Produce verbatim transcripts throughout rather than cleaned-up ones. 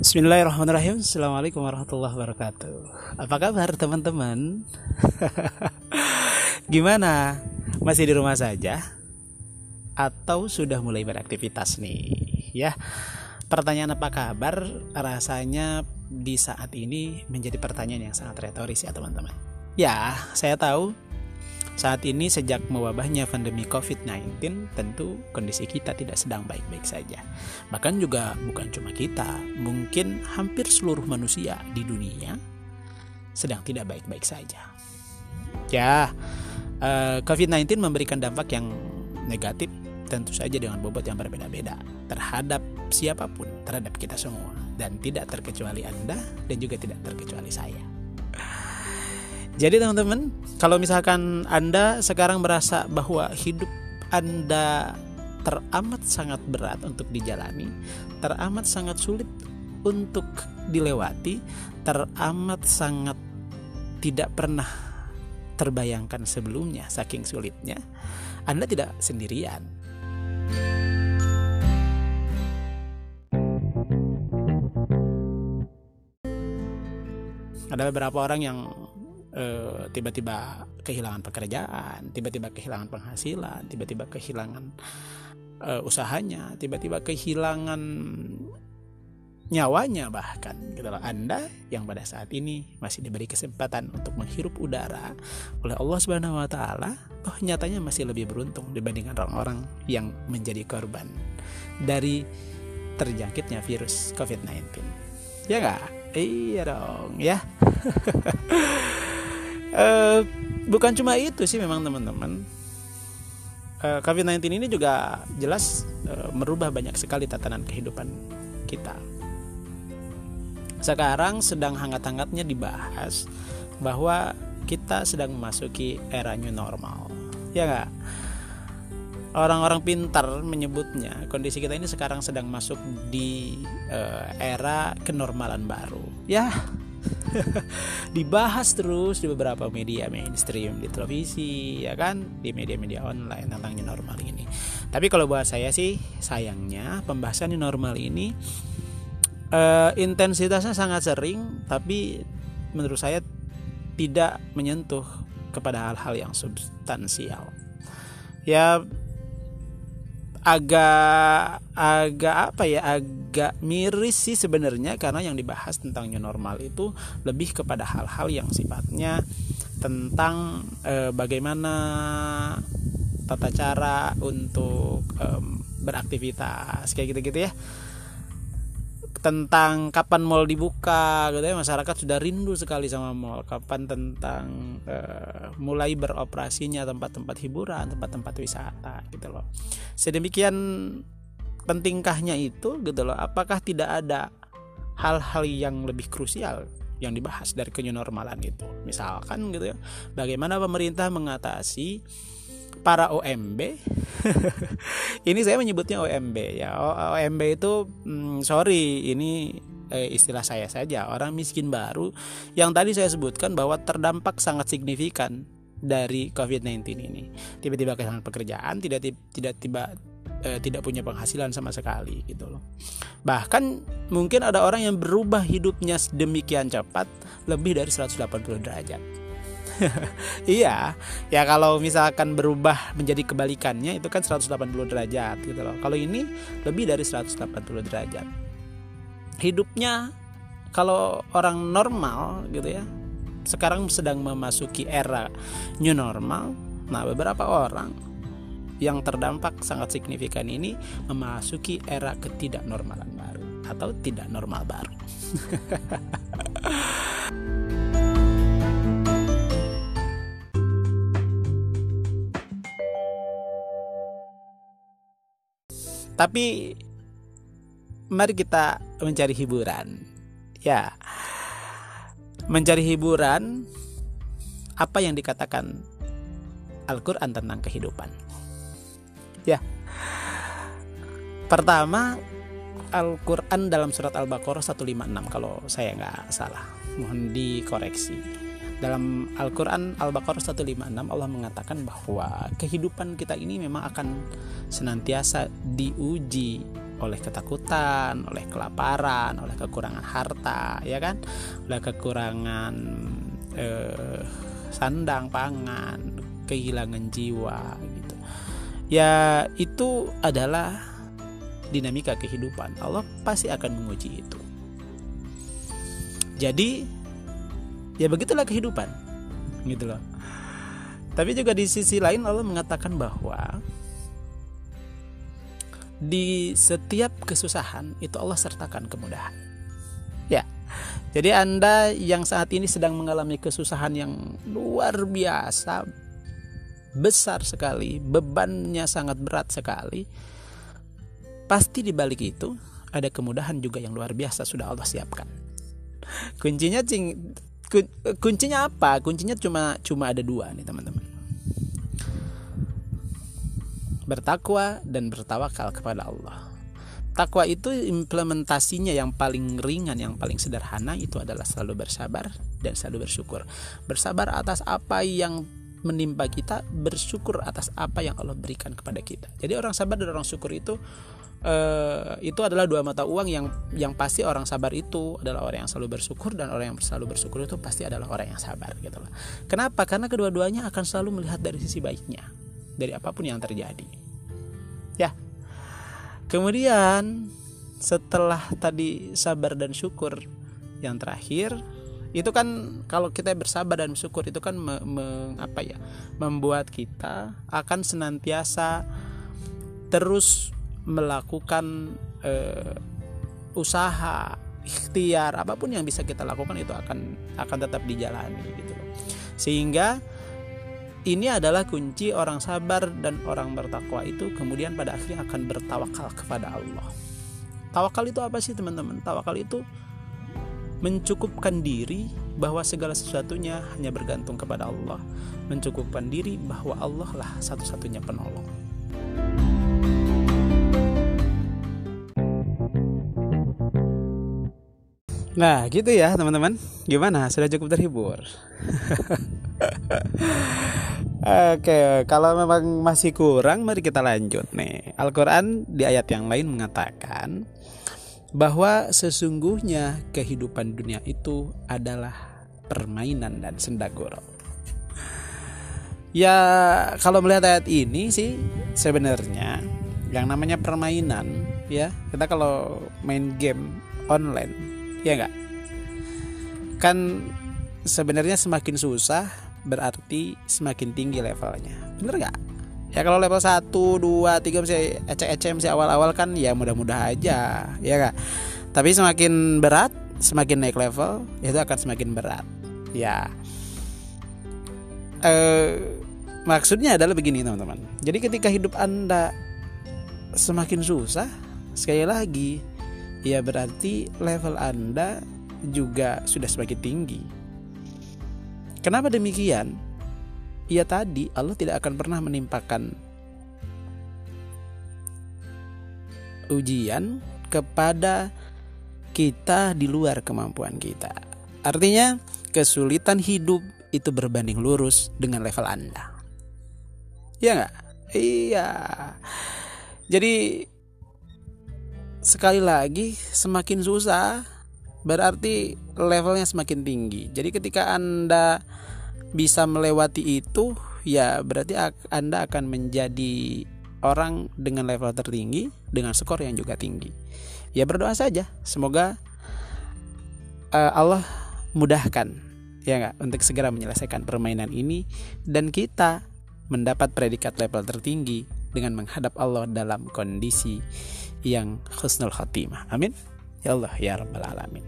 Bismillahirrahmanirrahim. Assalamualaikum warahmatullahi wabarakatuh. Apa kabar teman-teman? Gimana? Masih di rumah saja? Atau sudah mulai beraktivitas nih? Ya, pertanyaan apa kabar rasanya di saat ini menjadi pertanyaan yang sangat retoris ya teman-teman. Ya, saya tahu saat ini sejak mewabahnya pandemi covid sembilan belas, tentu kondisi kita tidak sedang baik-baik saja. Bahkan juga bukan cuma kita, mungkin hampir seluruh manusia di dunia sedang tidak baik-baik saja. Ya, eh, covid sembilan belas memberikan dampak yang negatif tentu saja dengan bobot yang berbeda-beda terhadap siapapun, terhadap kita semua. Dan tidak terkecuali Anda dan juga tidak terkecuali saya. Jadi teman-teman, kalau misalkan Anda sekarang merasa bahwa hidup Anda teramat sangat berat untuk dijalani, teramat sangat sulit untuk dilewati, teramat sangat tidak pernah terbayangkan sebelumnya saking sulitnya, Anda tidak sendirian. Ada beberapa orang yang Uh, tiba-tiba kehilangan pekerjaan, tiba-tiba kehilangan penghasilan, tiba-tiba kehilangan uh, usahanya, tiba-tiba kehilangan nyawanya bahkan gitu loh. Anda yang pada saat ini masih diberi kesempatan untuk menghirup udara oleh Allah Subhanahu wa taala, toh nyatanya masih lebih beruntung dibandingkan orang-orang yang menjadi korban dari terjangkitnya virus covid sembilan belas. Ya enggak? Iya dong, ya. Uh, bukan cuma itu sih memang teman-teman, uh, covid sembilan belas ini juga jelas uh, merubah banyak sekali tatanan kehidupan kita. Sekarang sedang hangat-hangatnya dibahas bahwa kita sedang memasuki era new normal, ya nggak? Orang-orang pintar menyebutnya kondisi kita ini sekarang sedang masuk di uh, era kenormalan baru, ya. Dibahas terus di beberapa media mainstream, di televisi, ya kan, di media-media online tentang new normal ini. Tapi kalau buat saya sih, sayangnya pembahasan new normal ini uh, intensitasnya sangat sering, tapi menurut saya tidak menyentuh kepada hal-hal yang substansial. Ya, agak agak apa ya agak miris sih sebenarnya, karena yang dibahas tentang new normal itu lebih kepada hal-hal yang sifatnya tentang e, bagaimana tata cara untuk e, beraktivitas kayak gitu-gitu ya, tentang kapan mal dibuka gitu ya. Masyarakat sudah rindu sekali sama mal. Kapan tentang uh, mulai beroperasinya tempat-tempat hiburan, tempat-tempat wisata gitu loh. Sedemikian pentingkahnya itu gitu loh. Apakah tidak ada hal-hal yang lebih krusial yang dibahas dari kenormalan itu? Misalkan gitu ya, bagaimana pemerintah mengatasi para O M B. Ini saya menyebutnya O M B ya. O M B itu hmm, sorry ini eh, istilah saya saja, orang miskin baru yang tadi saya sebutkan bahwa terdampak sangat signifikan dari covid sembilan belas ini. Tiba-tiba kehilangan pekerjaan, tidak tidak tiba eh, tidak punya penghasilan sama sekali gitu loh. Bahkan mungkin ada orang yang berubah hidupnya sedemikian cepat lebih dari seratus delapan puluh derajat. Iya, ya kalau misalkan berubah menjadi kebalikannya itu kan seratus delapan puluh derajat gitu loh. Kalau ini lebih dari seratus delapan puluh derajat. Hidupnya kalau orang normal gitu ya, sekarang sedang memasuki era new normal. Nah, beberapa orang yang terdampak sangat signifikan ini memasuki era ketidaknormalan baru atau tidak normal baru. Tapi mari kita mencari hiburan. Ya. Mencari hiburan, apa yang dikatakan Al-Qur'an tentang kehidupan. Ya. Pertama, Al-Qur'an dalam surat Al-Baqarah seratus lima puluh enam kalau saya enggak salah. Mohon dikoreksi. Dalam Al-Quran Al-Baqarah seratus lima puluh enam Allah mengatakan bahwa kehidupan kita ini memang akan senantiasa diuji oleh ketakutan, oleh kelaparan, oleh kekurangan harta, ya kan, oleh kekurangan eh, sandang, pangan, kehilangan jiwa gitu. Ya itu adalah dinamika kehidupan. Allah pasti akan menguji itu. Jadi ya begitulah kehidupan, gitu loh. Tapi juga di sisi lain Allah mengatakan bahwa di setiap kesusahan itu Allah sertakan kemudahan. Ya. Jadi Anda yang saat ini sedang mengalami kesusahan yang luar biasa, besar sekali, bebannya sangat berat sekali, pasti di balik itu ada kemudahan juga yang luar biasa sudah Allah siapkan. Kuncinya cing, kuncinya apa? Kuncinya cuma cuma ada dua nih teman-teman. Bertakwa dan bertawakal kepada Allah. Takwa itu implementasinya yang paling ringan, yang paling sederhana itu adalah selalu bersabar dan selalu bersyukur. Bersabar atas apa yang menimpa kita, bersyukur atas apa yang Allah berikan kepada kita. Jadi orang sabar dan orang syukur itu eh, itu adalah dua mata uang yang yang pasti orang sabar itu adalah orang yang selalu bersyukur, dan orang yang selalu bersyukur itu pasti adalah orang yang sabar gitu loh. Kenapa? Karena kedua-duanya akan selalu melihat dari sisi baiknya dari apapun yang terjadi. Ya. Kemudian setelah tadi sabar dan syukur, yang terakhir itu kan kalau kita bersabar dan bersyukur itu kan me, me, apa ya, membuat kita akan senantiasa terus melakukan eh, usaha, ikhtiar, apapun yang bisa kita lakukan itu akan akan tetap dijalani gitu loh. Sehingga ini adalah kunci orang sabar dan orang bertakwa itu kemudian pada akhirnya akan bertawakal kepada Allah. Tawakal itu apa sih teman-teman? Tawakal itu mencukupkan diri bahwa segala sesuatunya hanya bergantung kepada Allah, mencukupkan diri bahwa Allah lah satu-satunya penolong. Nah gitu ya teman-teman. Gimana? Sudah cukup terhibur? Oke, kalau memang masih kurang mari kita lanjut nih. Al-Quran di ayat yang lain mengatakan bahwa sesungguhnya kehidupan dunia itu adalah permainan dan senda gurau. Ya kalau melihat ayat ini sih sebenarnya yang namanya permainan, ya kita kalau main game online, ya enggak, kan sebenarnya semakin susah berarti semakin tinggi levelnya, bener gak? Ya kalau level satu, dua, tiga masih ecek-ecek masih awal-awal kan ya mudah-mudah aja, ya gak? Tapi semakin berat, semakin naik level itu akan semakin berat. Ya eh, maksudnya adalah begini teman-teman. Jadi ketika hidup Anda semakin susah, sekali lagi ya berarti level Anda juga sudah semakin tinggi. Kenapa demikian? Ya tadi Allah tidak akan pernah menimpakan ujian kepada kita di luar kemampuan kita. Artinya kesulitan hidup itu berbanding lurus dengan level Anda. Iya gak? Iya. Jadi sekali lagi semakin susah berarti levelnya semakin tinggi. Jadi ketika Anda bisa melewati itu, ya berarti Anda akan menjadi orang dengan level tertinggi, dengan skor yang juga tinggi. Ya berdoa saja, semoga uh, Allah mudahkan, ya nggak, untuk segera menyelesaikan permainan ini dan kita mendapat predikat level tertinggi dengan menghadap Allah dalam kondisi yang husnul khatimah. Amin. Ya Allah ya Rabbal Alamin.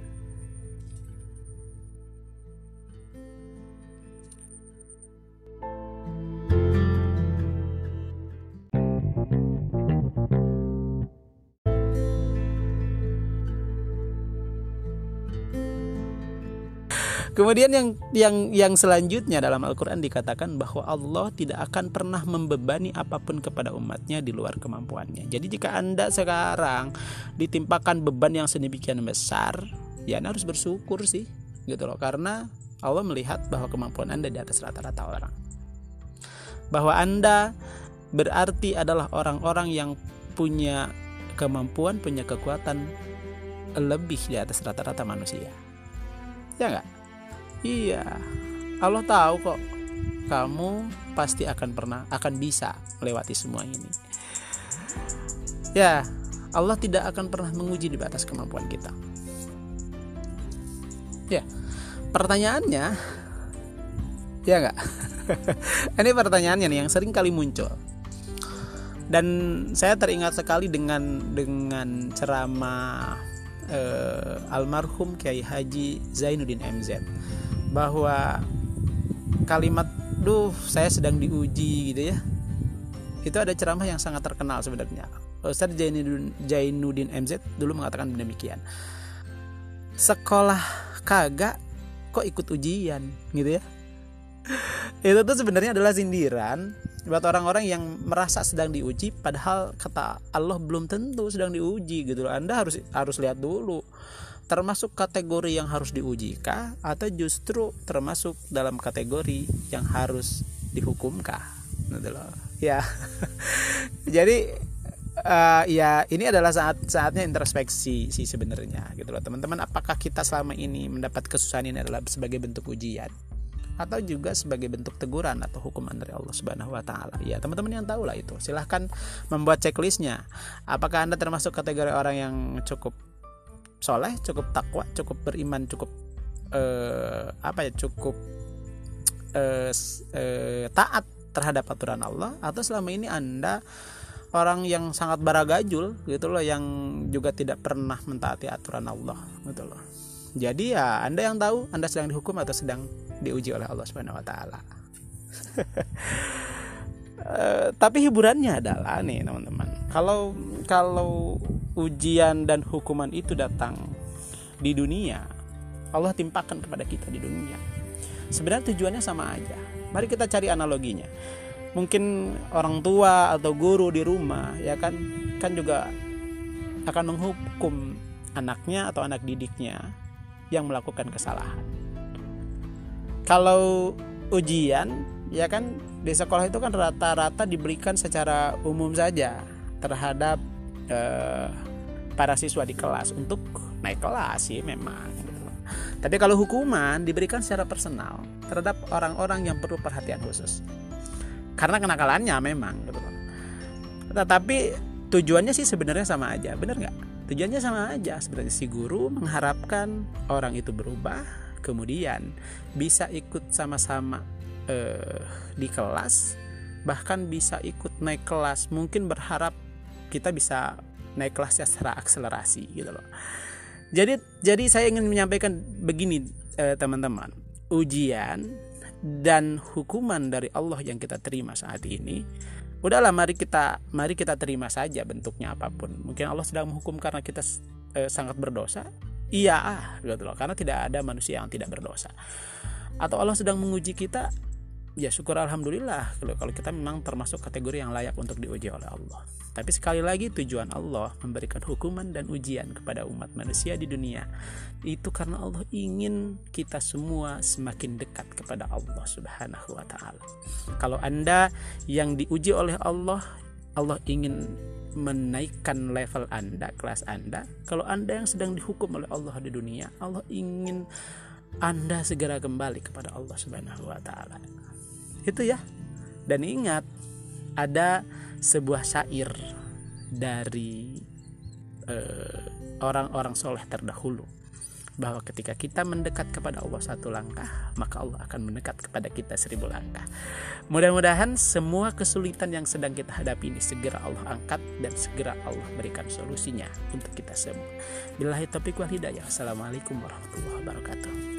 Kemudian yang yang yang selanjutnya dalam Al-Quran dikatakan bahwa Allah tidak akan pernah membebani apapun kepada umatnya di luar kemampuannya. Jadi jika Anda sekarang ditimpakan beban yang sedemikian besar, ya Anda harus bersyukur sih, gitu loh. Karena Allah melihat bahwa kemampuan Anda di atas rata-rata orang. Bahwa Anda berarti adalah orang-orang yang punya kemampuan, punya kekuatan lebih di atas rata-rata manusia. Ya enggak? Iya. Allah tahu kok kamu pasti akan pernah akan bisa melewati semua ini. Ya, Allah tidak akan pernah menguji di batas kemampuan kita. Ya, pertanyaannya, ya enggak? Ini pertanyaannya nih yang sering kali muncul. Dan saya teringat sekali dengan dengan ceramah eh, almarhum Kiai Haji Zainuddin M Z, bahwa kalimat duh saya sedang diuji gitu ya, itu ada ceramah yang sangat terkenal sebenarnya. Ustaz Zainuddin, Zainuddin M Z dulu mengatakan demikian, sekolah kagak kok ikut ujian gitu ya. Itu tuh sebenarnya adalah sindiran buat orang-orang yang merasa sedang diuji, padahal kata Allah belum tentu sedang diuji gitu loh. Anda harus harus lihat dulu termasuk kategori yang harus diujikah, atau justru termasuk dalam kategori yang harus dihukumkah gitu loh. Ya. Jadi Uh, ya ini adalah saat saatnya introspeksi sih sebenarnya gitu loh teman-teman. Apakah kita selama ini mendapat kesusahan ini adalah sebagai bentuk ujian, atau juga sebagai bentuk teguran atau hukuman dari Allah Subhanahu Wa Taala? Ya teman-teman yang tahu lah itu, silahkan membuat checklistnya. Apakah Anda termasuk kategori orang yang cukup soleh, cukup takwa, cukup beriman, cukup uh, apa ya cukup uh, uh, taat terhadap aturan Allah, atau selama ini Anda orang yang sangat baragajul gitu loh, yang juga tidak pernah mentaati aturan Allah gitu loh. Jadi ya Anda yang tahu Anda sedang dihukum atau sedang diuji oleh Allah Subhanahu Wa Taala. uh, tapi hiburannya adalah nih teman-teman, kalau kalau ujian dan hukuman itu datang di dunia, Allah timpakan kepada kita di dunia, sebenarnya tujuannya sama aja. Mari kita cari analoginya. Mungkin orang tua atau guru di rumah ya kan kan juga akan menghukum anaknya atau anak didiknya yang melakukan kesalahan. Kalau ujian ya kan di sekolah itu kan rata-rata diberikan secara umum saja terhadap eh, para siswa di kelas untuk naik kelas sih memang gitu. Tapi kalau hukuman diberikan secara personal terhadap orang-orang yang perlu perhatian khusus karena kenakalannya memang gitu loh. Tetapi tujuannya sih sebenarnya sama aja, benar nggak? Tujuannya sama aja sebenarnya. Si guru mengharapkan orang itu berubah, kemudian bisa ikut sama-sama eh, di kelas, bahkan bisa ikut naik kelas. Mungkin berharap kita bisa naik kelasnya secara akselerasi gitu loh. Jadi jadi saya ingin menyampaikan begini eh, teman-teman, ujian dan hukuman dari Allah yang kita terima saat ini, udahlah mari kita mari kita terima saja bentuknya apapun. Mungkin Allah sedang menghukum karena kita eh, sangat berdosa, iya ah gitu loh, karena tidak ada manusia yang tidak berdosa. Atau Allah sedang menguji kita, ya syukur alhamdulillah kalau kita memang termasuk kategori yang layak untuk diuji oleh Allah. Tapi sekali lagi tujuan Allah memberikan hukuman dan ujian kepada umat manusia di dunia itu karena Allah ingin kita semua semakin dekat kepada Allah Subhanahu Wa Taala. Kalau Anda yang diuji oleh Allah, Allah ingin menaikkan level Anda, kelas Anda. Kalau Anda yang sedang dihukum oleh Allah di dunia, Allah ingin Anda segera kembali kepada Allah Subhanahu Wa Taala. Itu ya. Dan ingat, ada sebuah syair dari eh, orang-orang soleh terdahulu, bahwa ketika kita mendekat kepada Allah satu langkah, maka Allah akan mendekat kepada kita seribu langkah. Mudah-mudahan semua kesulitan yang sedang kita hadapi ini segera Allah angkat dan segera Allah berikan solusinya untuk kita semua. Billahi taufiq wal hidayah. Assalamualaikum warahmatullahi wabarakatuh.